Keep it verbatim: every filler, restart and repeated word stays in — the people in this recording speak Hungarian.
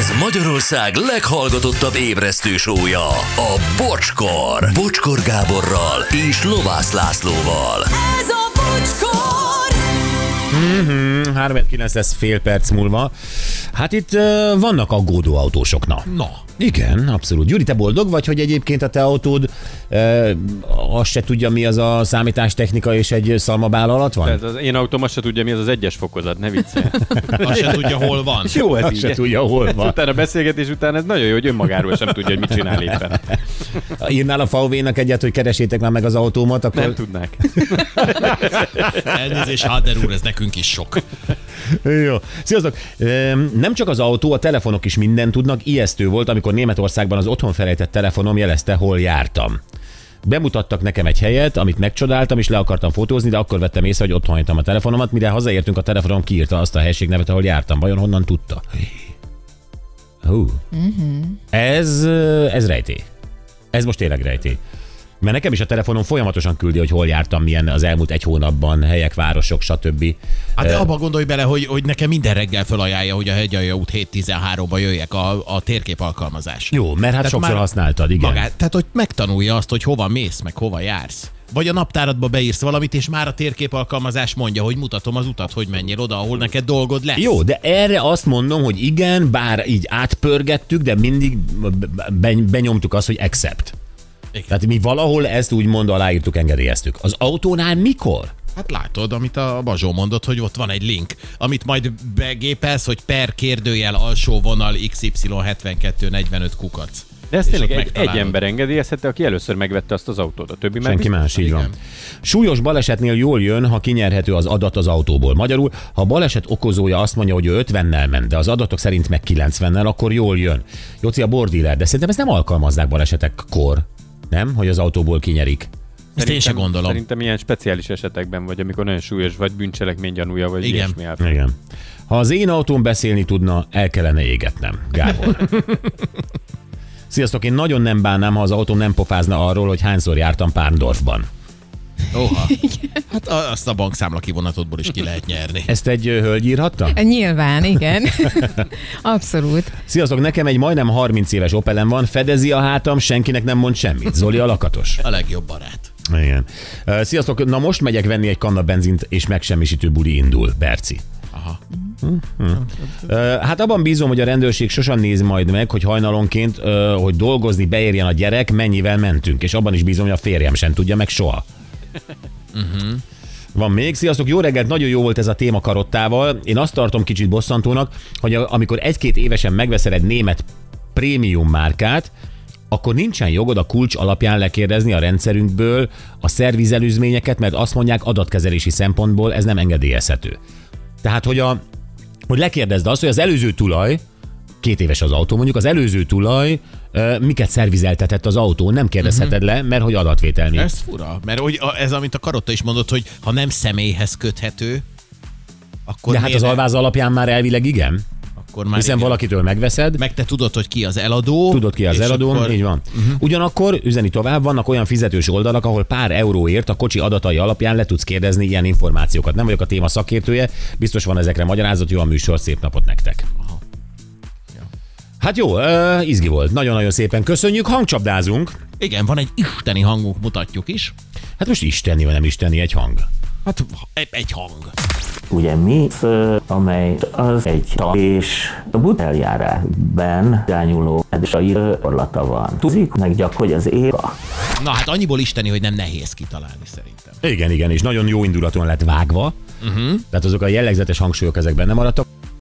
Ez Magyarország leghallgatottabb ébresztő show-ja, a Bocskor. Bocskor Gáborral és Lovász Lászlóval. Ez a Bocskor! Mm-hmm, három kilenc lesz fél perc múlva. Hát itt uh, vannak aggódó autósoknak. Na. Igen, abszolút. Gyuri, te boldog vagy, hogy egyébként a te autód uh, azt se tudja, mi az a számítástechnika, és egy szalmabál alatt van? Tehát az én autóm azt se tudja, mi az az egyes fokozat, ne viccelj. Azt se tudja, hol van. És jó ez Azt így. se tudja, hol van. Utána a beszélgetés után ez nagyon jó, hogy önmagáról sem tudja, hogy mit csinál éppen. Írnál a vé vé-nak egyet, hogy keresétek már meg az autómat, akkor... Nem tudnák. Elnézést, Hader úr, ez nekünk is sok. Jó. Sziasztok! Nem csak az autó, a telefonok is mindent tudnak. Ijesztő volt, amikor Németországban az otthon felejtett telefonom jelezte, hol jártam. Bemutattak nekem egy helyet, amit megcsodáltam, és le akartam fotózni, de akkor vettem észre, hogy otthon hagytam a telefonomat. Mire hazaértünk, a telefonom kiírta azt a helységnevet, ahol jártam. Vajon honnan tudta? Hú. Uh-huh. Ez, ez rejtély. Ez most tényleg rejtély. Mert nekem is a telefonom folyamatosan küldi, hogy hol jártam, milyen az elmúlt egy hónapban, helyek, városok, stb. Hát de abba gondolj bele, hogy, hogy nekem minden reggel felajánlja, hogy a Hegyalja út hét tizenháromba jöjjek a, a térkép alkalmazás. Jó, mert hát Tehát sokszor már használtad, igen. Magát, tehát, hogy megtanulja azt, hogy hova mész, meg hova jársz. Vagy a naptáradba beírsz valamit, és már a térkép alkalmazás mondja, hogy mutatom az utat, hogy menjél oda, ahol neked dolgod lesz. Jó, de erre azt mondom, hogy igen, bár így átpörgettük, de mindig benyomtuk azt, hogy accept. Igen. Tehát mi valahol ezt úgymond aláírtuk, engedélyeztük. Az autónál mikor? Hát látod, amit a Bazsó mondott, hogy ott van egy link, amit majd begépelsz, hogy per kérdőjel alsó vonal iksz ipszilon hetvenkettő negyvenöt kukac. De ez És tényleg ott egy, egy megtalálod. ember engedélyezhette, aki először megvette azt az autót. A többi már Senki biztos- más, így van. Igen. Súlyos balesetnél jól jön, ha kinyerhető az adat az autóból. Magyarul, ha a baleset okozója azt mondja, hogy ő ötvennel ment, de az adatok szerint meg kilencvennel, akkor jól jön. Jóci a bordíler, de szerintem ezt nem alkalmazzák balesetekkor. Nem? Hogy az autóból kinyerik. Ezt én se gondolom. Szerintem ilyen speciális esetekben vagy, amikor nagyon súlyos vagy bűncselekmény gyanúja, vagy Igen. ilyesmi áll. Igen. Ha az én autóm beszélni tudna, el kellene égetnem. Gábor. Sziasztok, én nagyon nem bánnám, ha az autóm nem pofázna arról, hogy hányszor jártam Párndorfban. Oha. Hát azt a bankszámla kivonatodból is ki lehet nyerni. Ezt egy ö, hölgy írhatta? Nyilván, igen. Abszolút. Sziasztok, nekem egy majdnem harminc éves Opelem van, fedezi a hátam, senkinek nem mond semmit. Zoli a lakatos. A legjobb barát. Igen. Ö, Sziasztok, na most megyek venni egy kanna benzint, és megsemmisítő buli indul. Berci. Aha. Ö, Hát abban bízom, hogy a rendőrség sosem néz majd meg, hogy hajnalonként, ö, hogy dolgozni beérjen a gyerek, mennyivel mentünk. És abban is bízom, hogy a férjem sem tudja meg soha. Uh-huh. Van még. Sziasztok, jó reggelt, nagyon jó volt ez a téma karottával. Én azt tartom kicsit bosszantónak, hogy a, amikor egy-két évesen megveszel egy német prémium márkát, akkor nincsen jogod a kulcs alapján lekérdezni a rendszerünkből a szervizelőzményeket, mert azt mondják, adatkezelési szempontból ez nem engedélyezhető. Tehát, hogy, a, hogy lekérdezd azt, hogy az előző tulaj, két éves az autó mondjuk, az előző tulaj uh, miket szervizeltetett az autó, nem kérdezheted le, mert hogy adatvételmi. Ez fura, mert hogy a- ez, amit a Karotta is mondott, hogy ha nem személyhez köthető, akkor De hát miért az ne- alváz alapján már elvileg igen, akkor már hiszen igen. valakitől megveszed, Meg te tudod, hogy ki az eladó. tudod ki az és eladó, akkor- így van. Uh-huh. Ugyanakkor, üzeni tovább, vannak olyan fizetős oldalak, ahol pár euróért a kocsi adatai alapján le tudsz kérdezni ilyen információkat. Nem vagyok a téma szakértője, biztos van ezekre magyarázat, jó a műsor, szép napot nektek. Aha. Ja. Hát jó, uh, izgi volt, nagyon-nagyon szépen köszönjük, hangcsapdázunk. Igen, van egy isteni hangunk, mutatjuk is. Hát most isteni, vagy nem isteni, egy hang. Hát egy, egy hang. Ugye mi, amely az egy tag, és a buteljárásban irányuló edesai orlata van. Tudjuk meg gyak, hogy az éva. Na hát annyiból isteni, hogy nem nehéz kitalálni szerintem. Igen, igen, és nagyon jó indulatúan lett vágva. Uh-huh. Tehát azok a jellegzetes hangsúlyok ezek benne maradtak.